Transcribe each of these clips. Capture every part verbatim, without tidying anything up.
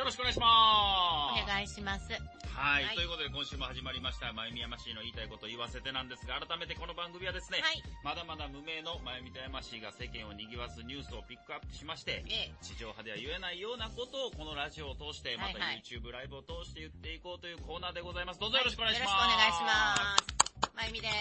よろしくお願いします。 お願いします。 はい、はい、ということで今週も始まりましたまゆみやましいの言いたいこと言わせてなんですが、改めてこの番組はですね、はい、まだまだ無名のまゆみとやましいが世間を賑わすニュースをピックアップしまして、ええ、地上波では言えないようなことをこのラジオを通して、また YouTube ライブを通して言っていこうというコーナーでございます。どうぞよろしくお願いします。 はい、よろしくお願いします。まゆみです。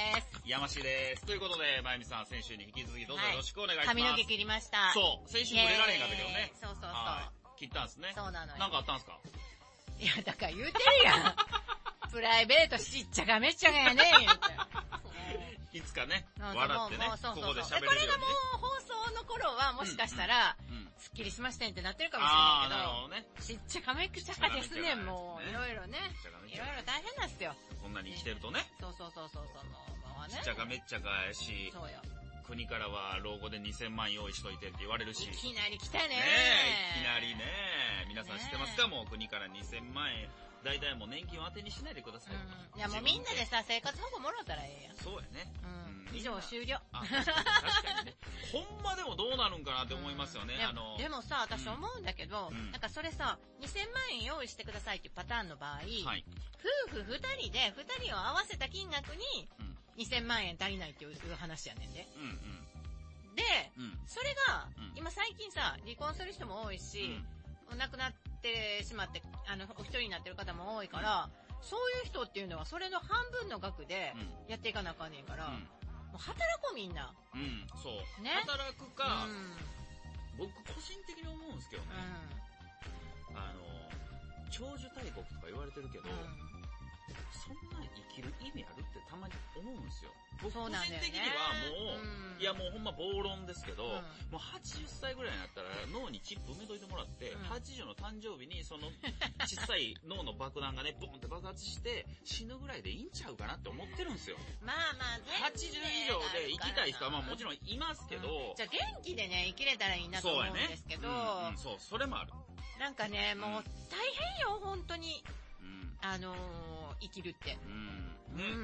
やましいです。ということで、まゆみさん、先週に引き続きどうぞよろしくお願いします。はい、 髪の毛切りました。 そう、先週触れられへんかったけどね。 そうそうそう。 切ったんですね。 そうなのよ。 なんかあったんですか？ いや、だから言うてるやん。プライベートしっちゃかめっちゃがやねん、言うて。いつかね、笑ってね、 そうそうそう、 ここで喋れるように、ね。 これがもう放送の頃は、もしかしたら、うんうん、すっきりしましたねってなってるかもしれないけど、あー、なるほどね。しっちゃかめっちゃかですね、もう。いろいろね。いろいろ大変なんですよ。 こんなに生きてるとね。 そうそうそうそう、その、まあね。 しっちゃかめっちゃかやし。 そうよ。 国からは老後でにせんまん用意しといてって言われるし。 いきなり来たね。 ねえ、いきなりね。皆さん知ってますか？もう国からにせんまんえん。大体もう年金を当てにしないでください。 うん、いやもうみんなでさ、生活保護もらったらええやん。 そうやね。 うん。以上終了。 あ、確かにね。ほんまでもどうなるんかなって思いますよね。 うん、 あのでもさ、私思うんだけど、うん、なんかそれさ、にせんまんえん用意してくださいっていうパターンの場合、はい、夫婦ふたりでふたりを合わせた金額ににせんまんえん足りないっていう話やねんで。うんうん、で、うん、それが、うん、今最近さ、離婚する人も多いし、うん、亡くなってしまって、あの、お一人になってる方も多いから、うん、そういう人っていうのはそれの半分の額でやっていかなあかんねんから、うん、もう働こうみんな。 うん、そう。ね、働くか、うん、僕個人的に思うんですけどね、うん、あの、長寿大国とか言われてるけど、うん、そんなに生きる意味あるってたまに思うんですよ。僕個人的にはもう、うん、いやもうほんま暴論ですけど、うん、もうはちじゅっさいぐらいになったら脳にチップ埋めといてもらって、うん、はちじゅうの誕生日にその小さい脳の爆弾がね、ボンって爆発して死ぬぐらいでいいんちゃうかなって思ってるんですよ。 まあまあね。 はちじゅう以上で生きたい人はまあもちろんいますけど、 うん、じゃあ元気でね、生きれたらいいなと思うんですけど、 そうやね。うんうん、そう、それもある。 なんかね、もう大変よ、本当に。うん、あのー、生きるって。うんね、うん、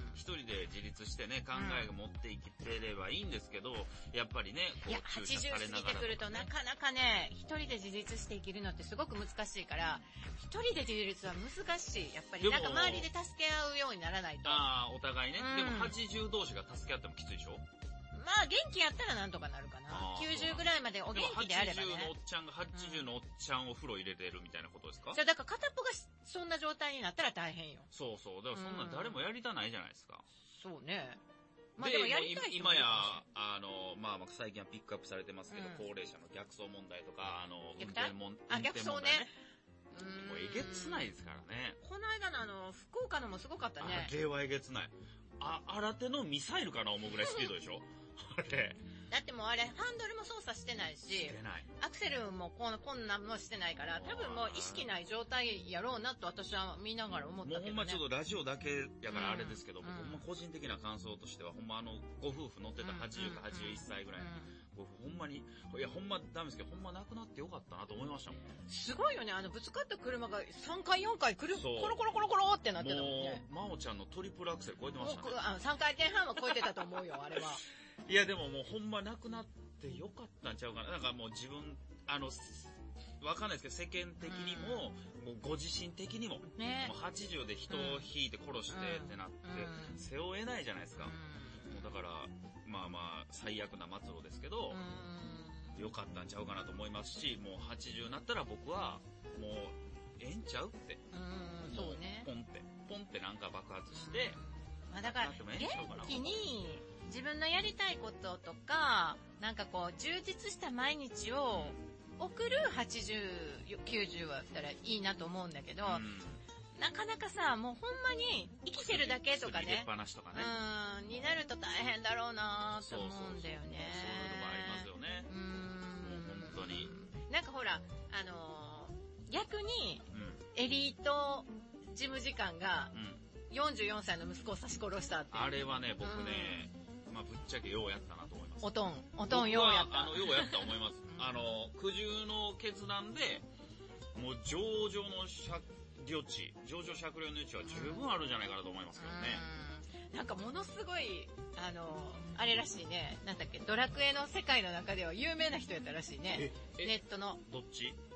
一人で自立してね、考えが持っていけてればいいんですけど、やっぱりね、こう、 いや、はちじゅう過ぎてくるとなかなかね、一人で自立して生きるのってすごく難しいから、一人で自立は難しい。やっぱり、なんか周りで助け合うようにならないと。 ああ、お互いね。うん、でもはちじゅう同士が助け合ってもきついでしょ？ まあ元気やったらなんとかなるかな。きゅうじゅうぐらいまでお元気であればね。 はちじゅうのおっちゃんがはちじゅうのおっちゃんを風呂入れてるみたいなことですか？ じゃあだから片っぽがそんな状態になったら大変よ。 そうそう。だからそんな誰もやりたないじゃないですか。 うん、そうね。 まあでもやりたい人もいるかもしれない。今や、あの、まあまあ最近はピックアップされてますけど、うん、高齢者の逆走問題とか、あの、運転問題、ね。あ、逆走ね。もうえげつないですからね。 この間のあの、福岡のもすごかったね。 あれはえげつない。あ、新手のミサイルかな思うぐらいスピードでしょあれ。 だってもうあれ、ハンドルも操作してないし、 してない。 アクセルもこんこんなんもしてないから、多分もう意識ない状態やろうなと私は見ながら思ったけどね。 もうほんまちょっとラジオだけやからあれですけど、うん、僕ほんま個人的な感想としては、ほんまあの、ご夫婦乗ってたはちじゅうかはちじゅういっさいぐらいの、ご夫婦ほんまに、いやほんまダメですけど、ほんまなくなってよかったなと思いましたもん。 すごいよね、あのぶつかった車がさんかいよんかいくる、コロコロコロコロってなってたもんね。 もう、真央ちゃんのトリプルアクセル超えてましたね。 あさんかいてんはんは超えてたと思うよ、あれは。 いやでももうほんまなくなってよかったんちゃうかな。なんかもう自分、あの、わかんないですけど、世間的にも、うん、もうご自身的にも、ね、もうはちじゅうで人を引いて殺してってなって、うん、背負えないじゃないですか。うん、もうだから、まあまあ、最悪な末路ですけど、うん、よかったんちゃうかなと思いますし、もうはちじゅうになったら僕は、もう、ええんちゃうって。 うん、そうね。 ポンって、ポンってなんか爆発して、 まあ、だから、元気に自分のやりたいこととか、なんかこう、充実した毎日を送るはちじゅう、きゅうじゅうはったらいいなと思うんだけど、うん、なかなかさ、もうほんまに生きてるだけとかね、 っぱなしとかね、 うん、になると大変だろうなと思うんだよね。 そういうのもありますよね。うん。もう本当に。 なんかほら、あのー、逆に、エリート事務次官が、よんじゅうよんさいの息子を刺し殺したって。 あれはね、僕ね、うん、まあぶっちゃけようやったなと思います。 おとん、おとんようやった。 あの、ようやったと思います。あの、苦渋の決断で、もう上々の借領地、上場借領の余地は十分あるんじゃないかなと思いますけどね。 うん、なんかものすごい、あの、あれらしいね、なんだっけ、ドラクエの世界の中では有名な人やったらしいね。ネットの。 どっち？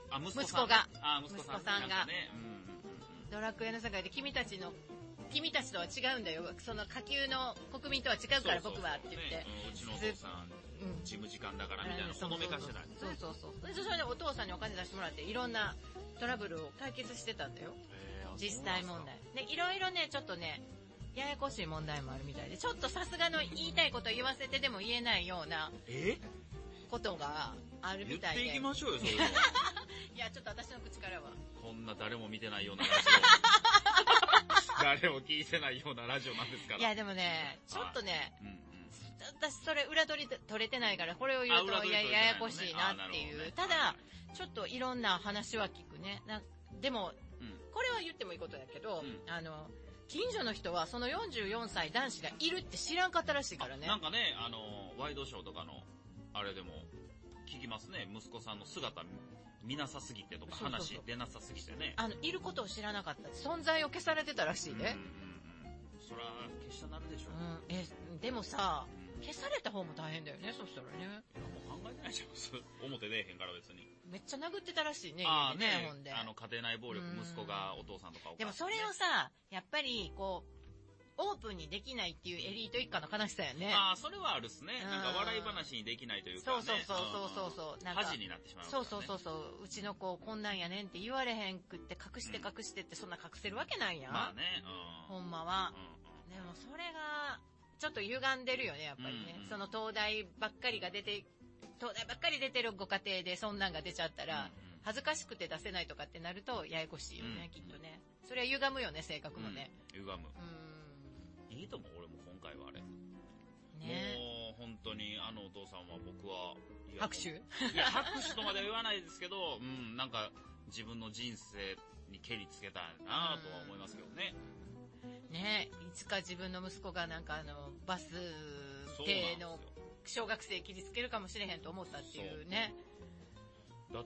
あ、息子息子が。 あ、息子さん。 息子さんが。 ね、うんうん、ドラクエの世界で君たちの、君たちとは違うんだよ。その下級の国民とは違うから僕はって言って。 うちのお父さん、事務時間だからみたいなほのめかしてたんですね。 そうそうそう。それでお父さんにお金出してもらって、いろんなトラブルを解決してたんだよ。実際問題。で、いろいろね、ちょっとね、ややこしい問題もあるみたいで、ちょっとさすがの言いたいこと言わせてでも言えないようなことがあるみたいで。 言っていきましょうよ、そういうの。 いや、ちょっと私の口からは。 こんな誰も見てないようなラジオ。誰も聞いてないようなラジオなんですから。 いや、でもね、ちょっとね、うんうん、私それ裏取り取れてないから、これを言うとややこしいなっていう。ね、ただ、ちょっといろんな話は聞くね。なでも、うん、これは言ってもいいことだけど、うん、あの、近所の人はそのよんじゅうよんさい男子がいるって知らんかったらしいからね。 なんかね、あの、ワイドショーとかの、あれでも、聞きますね。息子さんの姿見なさすぎてとか、そうそうそう、話出なさすぎてね。 あの、いることを知らなかった。存在を消されてたらしいね。うんうんうんうん。そら、消したなるでしょう。 うん、え、でもさ、消された方も大変だよね、そしたらね。いや、 もう考えてないじゃん。表出えへんから別に。 めっちゃ殴ってたらしいね、 あね、ね、ほんで。 あの、家庭内暴力、息子がお父さんとかを、 ね。でもそれをさ、やっぱり、こう、オープンにできないっていうエリート一家の悲しさやね。 ああ、それはあるっすね。なんか笑い話にできないというかね。 そうそうそうそうそう。 なんか恥になってしまう、ね。 そうそうそうそう。うちの子こんなんやねんって言われへんくって隠して隠してってそんな隠せるわけないやん。 まあね。 うん、ほんまは、うんうん。でもそれが、ちょっと歪んでるよね、やっぱりね。うんうん、その東大ばっかりが出て、東大ばっかり出てるご家庭でそんなんが出ちゃったら、うんうん、恥ずかしくて出せないとかってなるとややこしいよね、うんうん、きっとね。それは歪むよね、性格もね。 うん、歪む。うんいいと思う、俺も今回はあれ。ね、もう本当にあのお父さんは僕は。 拍手？ いや、拍手とまでは言わないですけど、うん、なんか自分の人生に蹴りつけたいなとは思いますけどね。 ねいつか自分の息子がなんかあの、バス停の小学生切りつけるかもしれへんと思ったっていうね。 だって、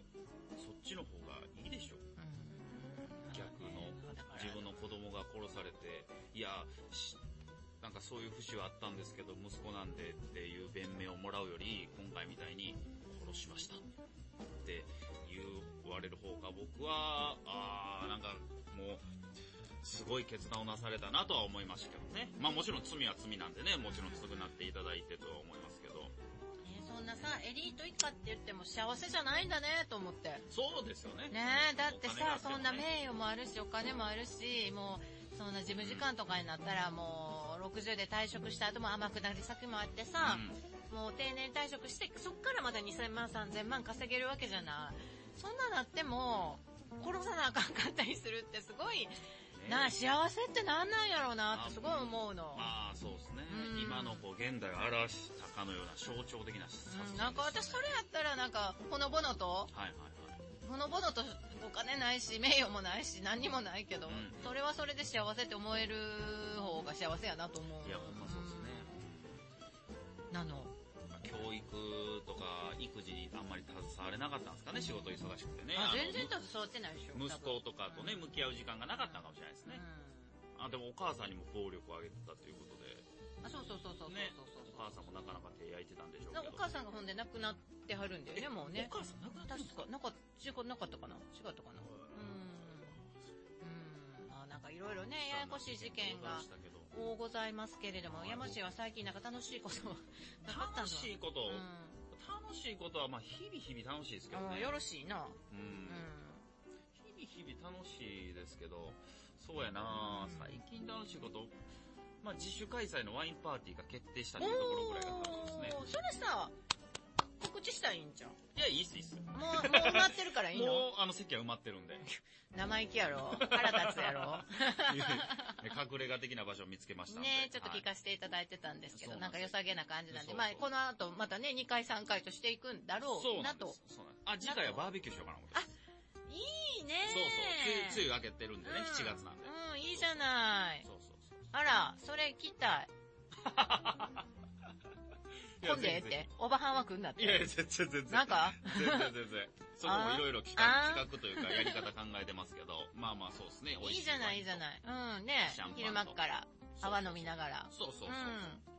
そっちの方がいいでしょ。逆の自分の子供が殺されて、いや、なんかそういう節はあったんですけど、息子なんでっていう弁明をもらうより、今回みたいに殺しましたって言われる方が僕は、あーなんかもう、すごい決断をなされたなとは思いましたけどね。まあもちろん罪は罪なんでね、もちろん償っていただいてとは思いますけど。 そんなさ、エリート一家って言っても幸せじゃないんだねと思って。 そうですよね。 ねえ、だってさ、ね、そんな名誉もあるし、お金もあるし、もう、そんな事務時間とかになったらもう、ろくじゅうで退職した後も天下り先もあってさ、うん、もう定年退職して、そっからまたにせんまんさんぜんまん稼げるわけじゃない。そんななっても、殺さなあかんかったりするってすごい、なあ、幸せってなんなんやろうなってすごい思うの。 まあ、そうですね。うん、今のこう現代を表したかのような象徴的な殺人、 うん、なんか私それやったらなんか、ほのぼのと、 はいはいはい。 ほのぼのとお金ないし、名誉もないし、何にもないけど、うん、それはそれで幸せって思える方が幸せやなと思う。 いや、ほんまそうですね。 うん、なの。 教育とか育児にあんまり携われなかったんですかね、仕事忙しくてね。 あ、全然携わってないでしょ。 息子とかとね、向き合う時間がなかったかもしれないですね。うん、あ、でもお母さんにも暴力をあげてたということで。 あ、そうそうそうそうそうそう、 ね。お母さんもなかなか手焼いてたんでしょうけど。 お母さんがほんで亡くなってはるんだよね、もうね。 お母さん亡くなったんですか？ 確か、なか、違う、なかったかな違ったかな。うん。うん。あ、なんかいろいろね、ややこしい事件が多ございますけれども、山氏は最近なんか楽しいことなかったんだ。 楽しいこと、うん、楽しいことは、まあ日々日々楽しいですけどね。 よろしいな。 うん。うん、日々日々楽しいですけど、そうやな、うん、最近楽しいこと、まあ自主開催のワインパーティーが決定したというところぐらいが楽しいですね。 それさ、告知したらいいんじゃん。 いや、いいっすいいっす。 もう、もう埋まってるからいいの？ もう、あの席は埋まってるんで。 生意気やろ？腹立つやろ？ 隠れ家的な場所を見つけましたんで。 ね、ちょっと聞かせていただいてたんですけど、はい、なんか良さげな感じなんで、そうそう、まあこの後またね、にかいさんかいとしていくんだろうなと。 そうなんです。あ、次回はバーベキューしようかな思ってます。 あ、いいね。 そうそう。梅雨、梅雨明けてるんでね、うん、しちがつなんで。 うん、いいじゃない。 そうそうそう。 あら、それ聞きたい。今度えって、おばはんは来んだって。 いやいや、全然全然。 なんか全然全然。そこもいろいろ企画、企画というかやり方考えてますけど、まあまあそうですね、 美味しい。いいじゃない、いいじゃない。うん、ね、昼間から。 泡飲みながら。 そうそうそう。うん。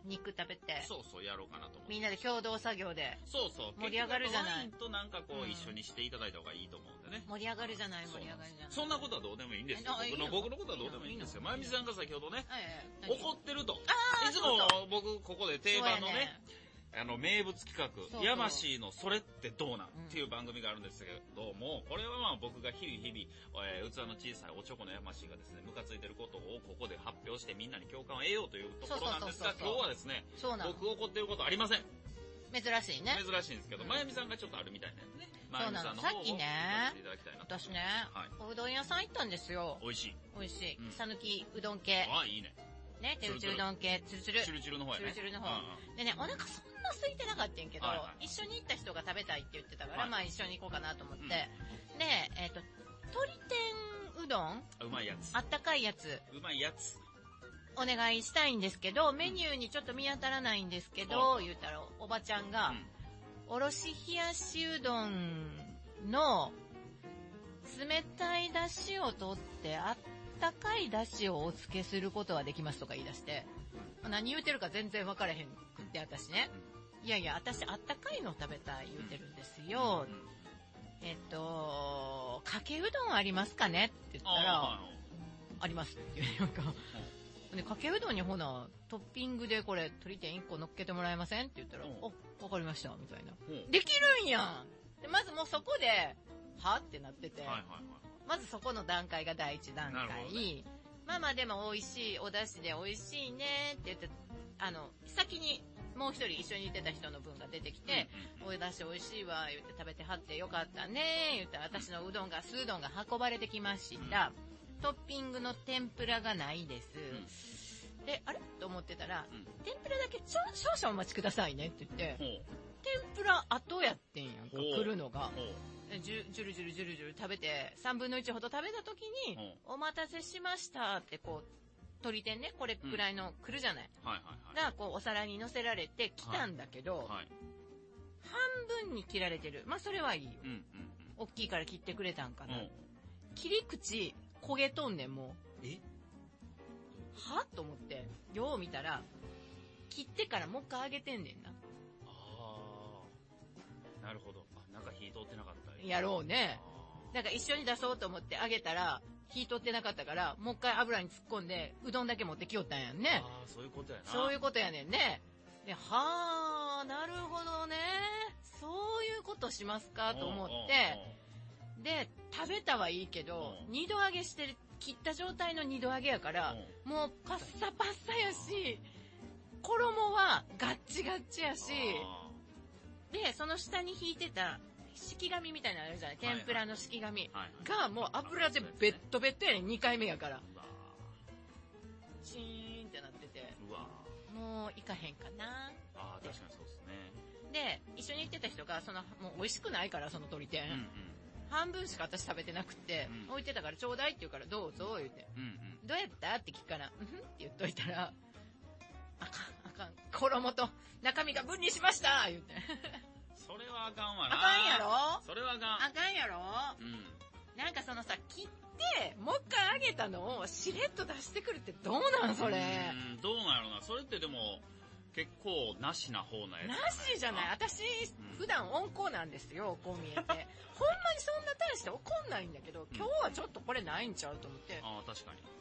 肉食べて。 そうそう、やろうかなと思って。 みんなで共同作業で。 そうそう。 盛り上がるじゃない。ワインとなんかこう、一緒にしていただいた方がいいと思うんでね。 盛り上がるじゃない、盛り上がるじゃない。 そんなことはどうでもいいんですよ。僕の、僕のことはどうでもいいんですよ。まゆみさんが先ほどね、怒ってると。いつも僕、ここで定番のね、あの、名物企画、ヤマシーのそれってどうなんっていう番組があるんですけども、これはまあ僕が日々日々、えー、器の小さいおちょこのヤマシーがですね、ムカついてることをここで発表してみんなに共感を得ようというところなんですが、今日はですね、僕怒ってることありません。 珍しいね。 珍しいんですけど、まゆみさんがちょっとあるみたいなね。 まゆみさんの方をさっきね、私ね、はい、うどん屋さん行ったんですよ。 美味しい。 美味しい。さぬきうどん系。 ああ、いいね。 ね、てるちゅるうどん系、つるつる。 チュルチュルの方やね。 チュルチュルの方。でね、お腹そんな空いてなかったんやけど、一緒に行った人が食べたいって言ってたから、まあ一緒に行こうかなと思って。で、えっと、鶏天うどんうまいやつ。 あったかいやつ。 うまいやつ。 お願いしたいんですけど、メニューにちょっと見当たらないんですけど、言うたらおばちゃんが、おろし冷やしうどんの冷たい出汁を取ってあったかい出汁をお付けすることはできますとか言い出して、何言うてるか全然分からへんくって私ね。いやいや、私あったかいの食べたい言うてるんですよ。えっと、かけうどんありますかねって言ったら、ありますって言うか。で、かけうどんにほな、トッピングでこれ、鶏天いっこ乗っけてもらえませんって言ったら、お、わかりました、みたいな。できるんやんで、まずもうそこで、はってなってて、はいはいはい、まずそこの段階が第一段階。ね、まあまあでも美味しい、お出汁で美味しいねって言って、あの、先にもう一人一緒にいてた人の分が出てきて、うんうん、お出汁美味しいわ、言って食べてはってよかったね、言ったら私のうどんが、酢うどんが運ばれてきました。うんトッピングの天ぷらがないです。うん、で、あれと思ってたら、うん、天ぷらだけちょ少々お待ちくださいねって言って、天ぷら後やってんやんか、来るのが。じゅ、じゅるじゅるじゅるじゅる食べて、さんぶんのいちほど食べた時に、お待たせしましたってこう、鶏天ね、これくらいの来るじゃない。うんはいはいはい、が、こう、お皿に乗せられて来たんだけど、はいはい、半分に切られてる。まあ、それはいいよ。うんうんうん、大きいから切ってくれたんかな。うん、切り口、焦げとんねん、もう。えはと思って、よう見たら、切ってからもう一回揚げてんねんな。 あー。なるほど。あ、なんか火通ってなかった。 やろうね。なんか一緒に出そうと思って揚げたら、火通ってなかったから、もう一回油に突っ込んで、うどんだけ持ってきよったんやんね。 あー、そういうことやな。 そういうことやねんね。で、はー、なるほどね。そういうことしますかと思って、で、食べたはいいけど、うん、二度揚げしてる、切った状態の二度揚げやから、うん、もうパッサパッサやし、衣はガッチガッチやし、で、その下に引いてた敷紙みたいなのあるじゃない、天ぷらの敷紙がもう油でベットベットやねん、にかいめやから。チーンってなってて、うわもういかへんかな。 ああ、確かにそうですね。 で、一緒に行ってた人が、その、もう美味しくないから、その鶏天。うんうん半分しか私食べてなくて、うん、置いてたからちょうだいって言うからどうぞ言うて、うんうん、どうやったって聞くからうんふんって言っといたらあかんあかん衣と中身が分離しました言うてそれはあかんわな。 あかんやろそれはあかんあかんやろ、うん、なんかそのさ切ってもう一回揚げたのをしれっと出してくるってどうなんそれ。 うんどうなんやろな。それってでも結構なしな方なやつ。 なしじゃない。私、うん、普段温厚なんですよ、こう見えて。ほんまにそんな大して怒んないんだけど、今日はちょっとこれないんちゃうと思って。 うん、ああ、確かに。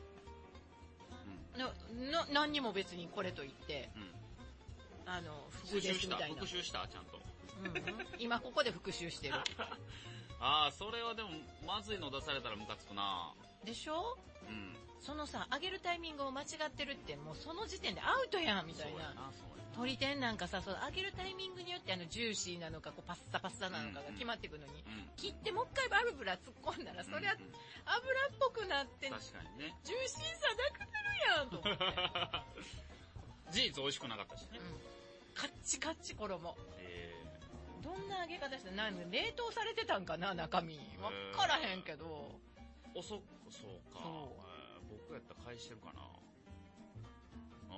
うん、な、何にも別にこれと言って、うん、あの、復習みたいな。 復習したちゃんと。 うん、今ここで復習してる。 ああ、それはでも、まずいの出されたらムカつくな。 でしょうん。そのさ、揚げるタイミングを間違ってるって、もうその時点でアウトやん、みたいな。鶏天なんかさ、その揚げるタイミングによってあのジューシーなのかこうパッサパッサなのかが決まってくるのに、うんうん、切ってもう一回油突っ込んだら、そりゃ、油っぽくなって、 確かにね。 ジューシーさなくなるやん、と思って。 事実美味しくなかったしね。うん、 カッチカッチ衣。えー、どんな揚げ方して何冷凍されてたんかな、中身。わからへんけど。 おそ、そうか。そう僕やったら返してるかな。うん。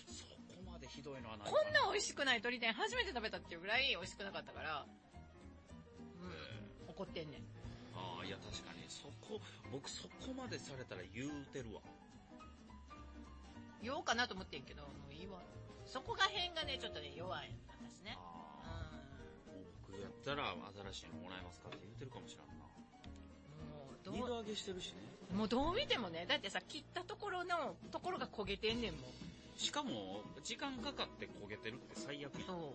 そこまでひどいのはないかな。 こんな美味しくない鶏天初めて食べたっていうぐらい美味しくなかったから、うん、えー、怒ってんねん。 ああ、いや確かに、そこ、僕そこまでされたら言うてるわ。 言おうかなと思ってんけど、もういいわ。そこが辺がね、ちょっとね、弱い。私ね。 うん。もう僕やったら新しいのもらえますかって言ってるかもしれんな。 もう、どう。 二度揚げしてるしね。 もうどう見てもね、だってさ、切ったところの、ところが焦げてんねんもん。 しかも、時間かかって焦げてるって最悪やん。 そう。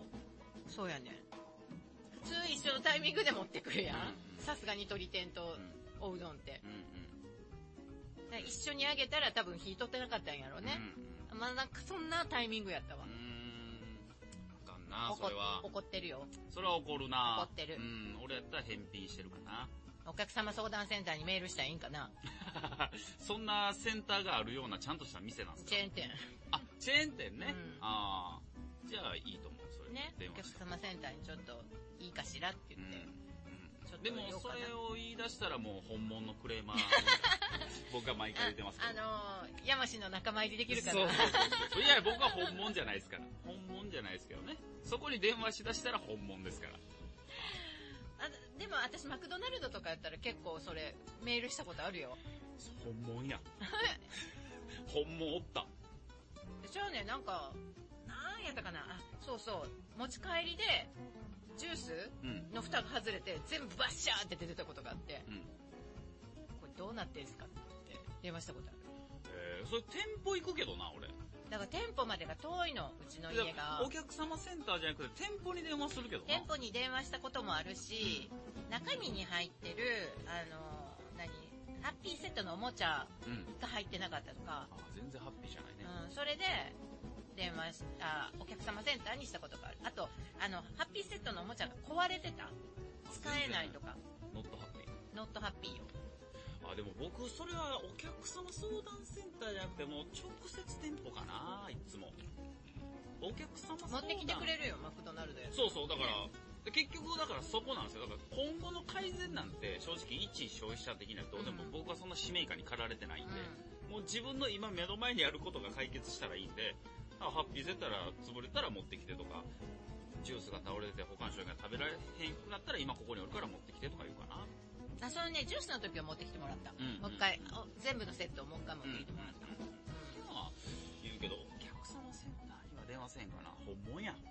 そうやね。普通一緒のタイミングで持ってくるやん。さすがに鶏天とおうどんって。うんうん、一緒に揚げたら多分火取ってなかったんやろうね。うんうん、まあなんかそんなタイミングやったわ。うーん。あかんな、それは。 怒ってるよ。 それは怒るな。 怒ってる。 うん。俺やったら返品してるかな。 お客様相談センターにメールしたらいいんかな。 そんなセンターがあるようなちゃんとした店なんですか？ チェーン店。 あ、チェーン店ね。うん、ああ。じゃあいいと思う、それ。 ね。お客様センターにちょっといいかしらって言って。うんでもそれを言い出したらもう本物のクレーマー僕が毎回言ってますけどあ、あのー、山氏の仲間入りできるからそうそうそうそういや僕は本物じゃないですから本物じゃないですけどねそこに電話しだしたら本物ですからあでも私マクドナルドとかやったら結構それメールしたことあるよ本物や本物おったじゃあねなんかなんやったかなあそうそう持ち帰りでジュースの蓋が外れて全部バッシャーって出てたことがあって、うん、これどうなってんすかって電話したことある。 えー、それ店舗行くけどな俺。 だから店舗までが遠いのうちの家が。 お客様センターじゃなくて店舗に電話するけどな。 店舗に電話したこともあるし、うん、中身に入ってるあの何ハッピーセットのおもちゃが入ってなかったとか。 うん、あ全然ハッピーじゃないね。 うんそれで。電話しあお客様センターにしたことがある。あとあのハッピーセットのおもちゃが壊れてた使えないとかノットハッピーノットハッピーよあでも僕それはお客様相談センターじゃなくてもう直接店舗かないつもお客様相談持ってきてくれるよマクドナルドやそうそうだから、ね、結局だからそこなんですよだから今後の改善なんて正直一消費者的にはどうでも、うん、僕はそんな使命感に駆られてないんで、うん、もう自分の今目の前にあることが解決したらいいんでハッピーセットら潰れたら持ってきてとかジュースが倒れてて保管商品が食べられへんくなったら今ここにおるから持ってきてとか言うかなあそのねジュースの時は持ってきてもらった、うん、もう一回全部のセットをもう一回持ってきてもらった、うんうんうん、言うけどお客様センターには電話せんかな本物や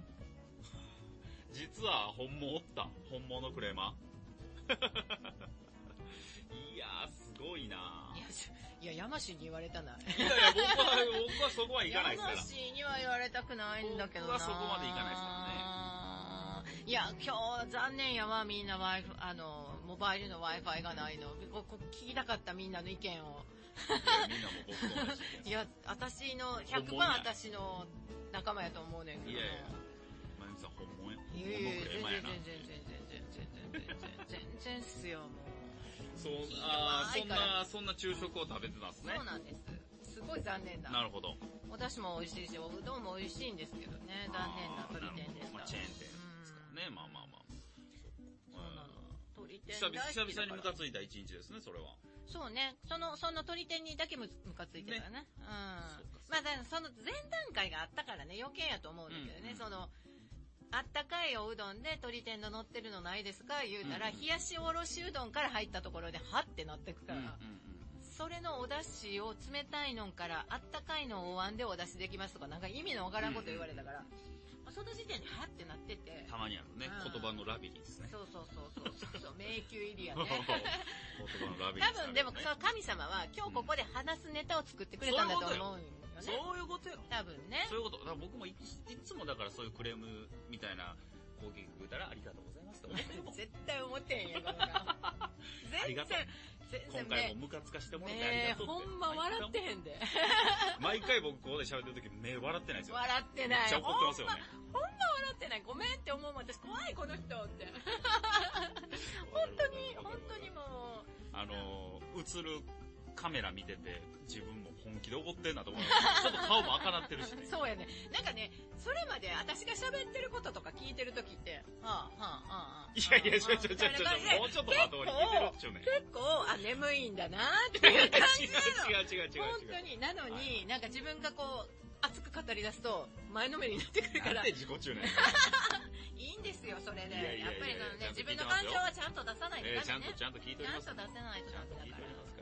実は本物おった本物のクレーマーいやーすごいないやいや、山氏に言われたな。 いやいや、僕は、僕はそこは行かないですから。 山氏には言われたくないんだけどな。 僕はそこまで行かないですからね。いや、今日残念やわ、みんな Wi-Fi、あの、モバイルの Wi-Fi がないの。ここ聞きたかったみんなの意見を。 みんなも僕と同じ。 いや、私の、ひゃくパーセント私の仲間やと思うねんけど。 いやいや、まゆみさん本物や。 いやいや、全然全然全然全然全然全然っすよ、もう。 そう、あそんな、そんな昼食を食べてたんですね。 そうなんです。すごい残念だ。 なるほど。 お出汁も美味しいし、おうどんも美味しいんですけどね。残念な鶏天でした。 まあ、チェーン店ですからね。まあまあまあ。 そうなの。鶏天久々、久々にムカついた一日ですね、それは。 そうね。その、その鶏天にだけムカついてたね。うん。まあ、だからその前段階があったからね、余計やと思うんだけどね。その、あったかいおうどんで鶏天の乗ってるのないですか言うたら、うんうん、冷やしおろしうどんから入ったところではってなってくから、うんうんうん、それのお出汁を冷たいのからあったかいのをお椀でお出しできますとかなんか意味のわからんこと言われたから、うんうん、その時点ではってなっててたまにあるね、うん、言葉のラビリンスねそうそうそうそうそう迷宮入りやね言葉のラビリンス、ね、 多分でもその神様は今日ここで話すネタを作ってくれたんだと思う、うんそういうことよ。 多分ね。 そういうこと。だから僕もい, いつもだからそういうクレームみたいな攻撃受けたらありがとうございますって思ってるもん。 絶対思ってんや、この顔。 ありがとう。今回もムカつかしてもらってありがとうって。 ほんま笑ってへんで。 毎回僕ここで喋ってる時目笑ってないですよ。 笑ってない。 めっちゃ怒ってますよね。 ほんま笑ってない。ごめんって思うもん。私怖いこの人って。本当に、本当にもう。 あの、映るカメラ見てて自分も本気で怒ってんなと思う。ちょっと顔も赤なってるしね。 そうやね。なんかね、それまで私が喋ってることとか聞いてるときって、はぁ、はぁ、はぁ。 いやいや、ちょちょちょちょ、もうちょっと後に聞いてるっちゅうね。 結構、あ、眠いんだなーっていう感じなの。 違う違う違う違う。 本当に。なのに、なんか自分がこう、熱く語り出すと、前のめりになってくるから。 なんで自己中ね。 いいんですよ、それで。やっぱりそのね、自分の感情はちゃんと出さないとダメね。 ちゃんと、ちゃんと聞いております。 ちゃんと出せないとダメだから。 ちゃんと聞いておりますから。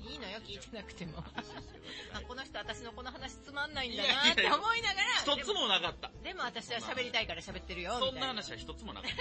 いいのよ、聞いてなくても。あ、この人私のこの話つまんないんだなって思いながら。 一つもなかった。 でも私は喋りたいから喋ってるよ。 そんな話は一つもなかった。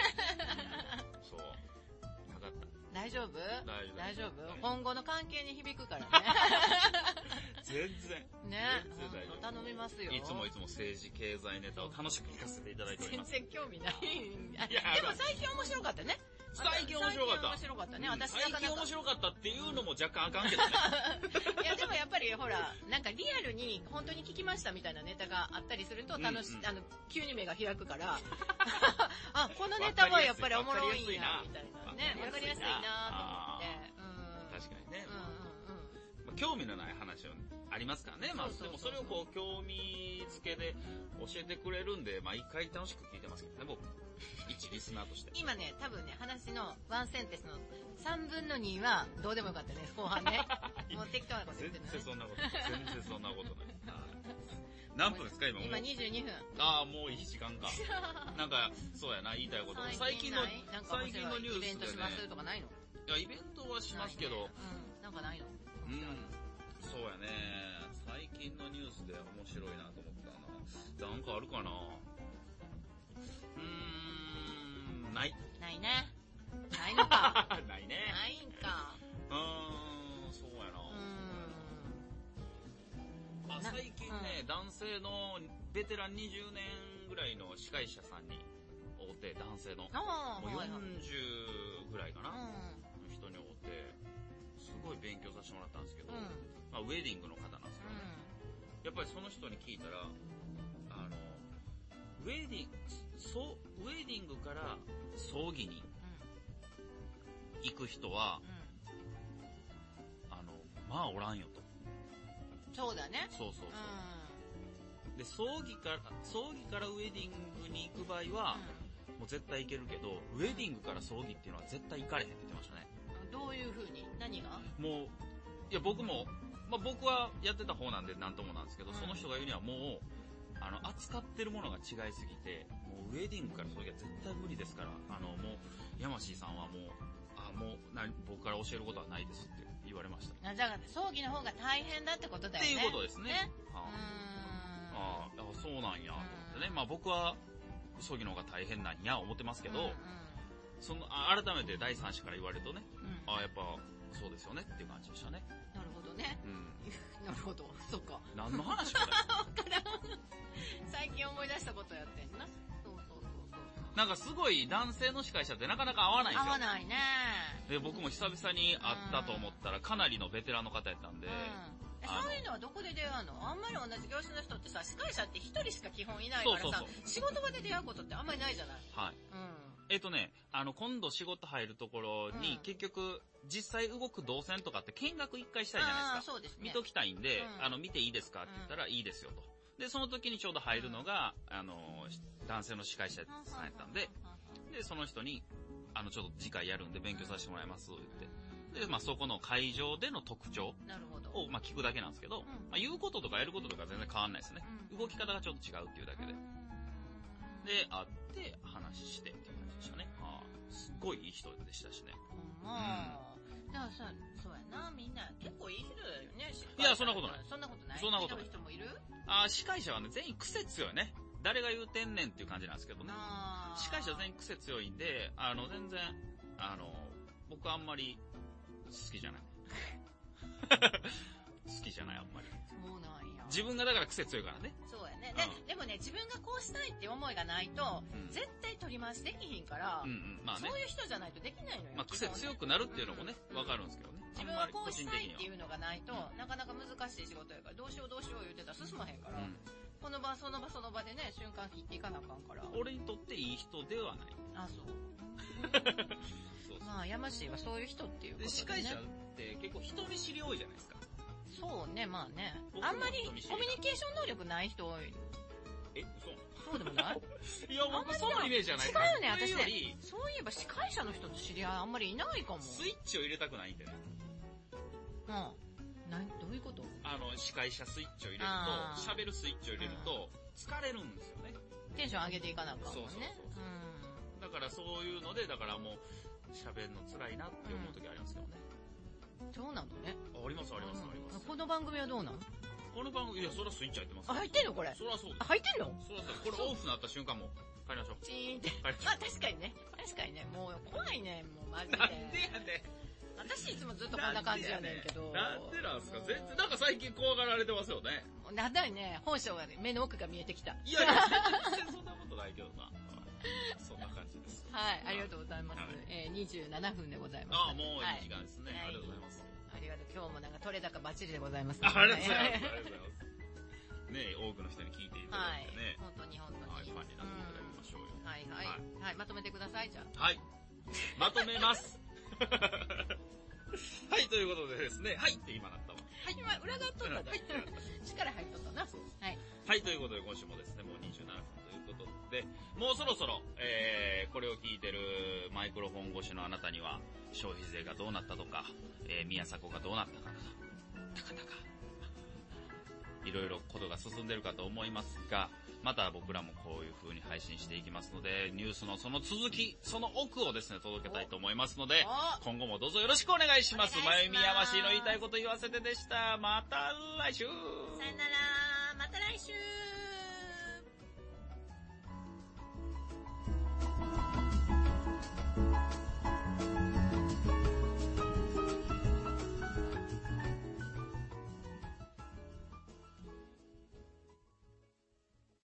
そう。なかった。 大丈夫？ 大丈夫。 大丈夫？今後の関係に響くからね。 全然。 ね。頼みますよ。 いつもいつも政治経済ネタを楽しく聞かせていただいております。 全然興味ない。でも最近面白かったね。 最近面白かった。 面白かったね。私最近面白かったっていうのも若干あかんけどね。 いやでもやっぱりほら、なんかリアルに本当に聞きましたみたいなネタがあったりすると楽し、あの、急に目が開くから、あ、このネタはやっぱりおもろいんや、みたいなね。わかりやすいなと思って。 確かにね。興味のない話はありますからね。まあでもそれをこう興味付けで教えてくれるんで、まあ一回楽しく聞いてますけどね、僕。一リスナーとして。 今ね、多分ね、話のワンセンテンスのさんぶんのにはどうでもよかったね、後半ね。もう適当なこと言ってる、ね。 全然そんなことない。全然そんなことない。何分ですか今もう。 今にじゅうにふん。 ああ、もういい時間か。なんか、そうやな、言いたいこと。最近の、最近のニュースで、ね。イベントしますとかないの？いや、イベントはしますけど。 ね、うん。なんかないの？ うん。そうやね。最近のニュースで面白いなと思ったな。なんかあるかな？うーん、ない。 ないね。ないのか。 ないね。 ないんか。 うーん、そうやな。うーん。まあ、最近ね、うん、男性のベテランにじゅうねんぐらいの司会者さんに会うて、男性の。もうよんじゅうぐらいかな。うん、の人に会うて、すごい勉強させてもらったんですけど、うん、まあ、ウェディングの方なんですけどね。うん、やっぱりその人に聞いたら、あの、ウェディング、そう、ウェディングから葬儀に行く人は、うん、あの、まあおらんよと。 そうだね。 そうそうそう。うん、で、葬儀から、葬儀からウェディングに行く場合は、うん、もう絶対行けるけど、ウェディングから葬儀っていうのは絶対行かれへんって言ってましたね。 どういう風に？何が？ もう、いや僕も、まあ僕はやってた方なんでなんともなんですけど、うん、その人が言うにはもう、あの、扱ってるものが違いすぎて、もうウェディングから葬儀は絶対無理ですから、あの、もう、山椎さんはもう、あ、もう、な、僕から教えることはないですって言われました。 あ、だから、葬儀の方が大変だってことだよね。 っていうことですね。ね、 はあ、ああ、そうなんや、と思ってね。まあ僕は、葬儀の方が大変なんや、思ってますけど、うんうん、その、改めて第三者から言われるとね、うん、ああ、やっぱ、そうですよねっていう感じでしたね。 なるほどね。うん、なるほど。そっか。 何の話これ？ わからん。最近思い出したことやってんな。そうそうそうそう。 なんかすごい男性の司会者ってなかなか合わないんですよ。 合わないね。 で、僕も久々に会ったと思ったらかなりのベテランの方やったんで。うん、 そういうのはどこで出会うの？あんまり同じ業種の人ってさ、司会者って一人しか基本いないからさ、そうそうそう、仕事場で出会うことってあんまりないじゃない？ はい。うん。えっとね、あの、今度仕事入るところに、うん、結局、実際動く動線とかって見学一回したいじゃないですか。 そうですね。 見ときたいんで、うん、あの、見ていいですかって言ったら、いいですよと。で、その時にちょうど入るのが、うん、あの、男性の司会者さんやったんで、で、その人に、あの、ちょっと次回やるんで勉強させてもらいます、言って。で、まあ、そこの会場での特徴を、まあ、聞くだけなんですけど、うん、まあ、言うこととかやることとか全然変わんないですね。うん、動き方がちょっと違うっていうだけで。で、会って話してっていう感じでしたね。あ、すっごいいい人でしたしね。 うん、まあ、だからさ、そうやな、みんな結構いい人だよね。 いや、そんなことない。 そんなことない。 そんなことない。 人もいる？ あ、司会者はね、全員癖強いね。誰が言うてんねんっていう感じなんですけどね。司会者は全員癖強いんで、あの、全然、あの、僕あんまり好きじゃない。好きじゃない、あんまり。 そうなんや。 自分がだから癖強いからね。 そうやね。で、うん、でもね、自分がこうしたいって思いがないと、うん、絶対取り回しできひんから、うんうんまあね、そういう人じゃないとできないのよ。 まあ、癖強くなるっていうのもね、わ、うん、かるんですけどね。 自分はこうしたいっていうのがないと、なかなか難しい仕事やから、どうしようどうしよう言ってたら進まへんから、うん、この場その場その場でね、瞬間切っていかなあかんから。 俺にとっていい人ではない。 あ、そう。そうそうまあ、山氏はそういう人っていうことで、ね。 司会者って結構人見知り多いじゃないですか。 そうね、まあね。あんまりコミュニケーション能力ない人多い。 え、 そうそうでもないいや、僕そんなイメージじゃない。 違うよね、私ね。そういえば司会者の人と知り合いあんまりいないかも。 スイッチを入れたくないんでね。 うん。な、どういうこと？ あの、司会者スイッチを入れると、喋るスイッチを入れると、疲れるんですよね。 テンション上げていかなあかんもんね。そうそうそうそう、 うん。だからそういうので、だからもう、喋るの辛いなって思う時ありますけどね。 うそうなのね。 ありますありますあります。 この番組はどうなの？ この番組、いや、そらスイッチ入ってます。 あ、入ってんのこれ。 そらそうです。 入ってんの？ そらそう。これオフになった瞬間も帰りましょう。 チーンって。まあ確かにね。確かにね。もう怖いね。もうマジで。 なんでやねん。 私いつもずっとこんな感じやねんけど。 なんでなんすか？全然、なんか最近怖がられてますよね。 なんだよね。本性がね、目の奥が見えてきた。 いやいや、全然そんなことないけどな。そんな感じです。 はい、ありがとうございます。はい、えー、にじゅうななふんでございます。 ああ、もういい時間ですね。はい、ありがとうございます。 ありがとう。今日もなんか取れ高バッチリでございます、 ね。ありがとうございます。ありがとうございます。ね多くの人に聞いていただいてね。 はい、本当に本当に。 はい、ファンになっていただきましょうよ。 うん、はいはい、はい。はい、まとめてください、じゃあ。 はい。まとめます。はい、ということでですね。はいって今なったわ。 はい、今裏側取ったで。力入っとったな。はい。 はい、ということで今週もですね、もうにじゅうななふんということで、もうそろそろ、えー、これを聞いてるマイクロフォン越しのあなたには、消費税がどうなったとか、えー、宮迫がどうなったかとか、たかたか、いろいろことが進んでるかと思いますが、また僕らもこういう風に配信していきますので、ニュースのその続き、その奥をですね、届けたいと思いますので、今後もどうぞよろしくお願いします。まゆみやましいの言いたいこと言わせてでした。また来週。 さよなら。また来週。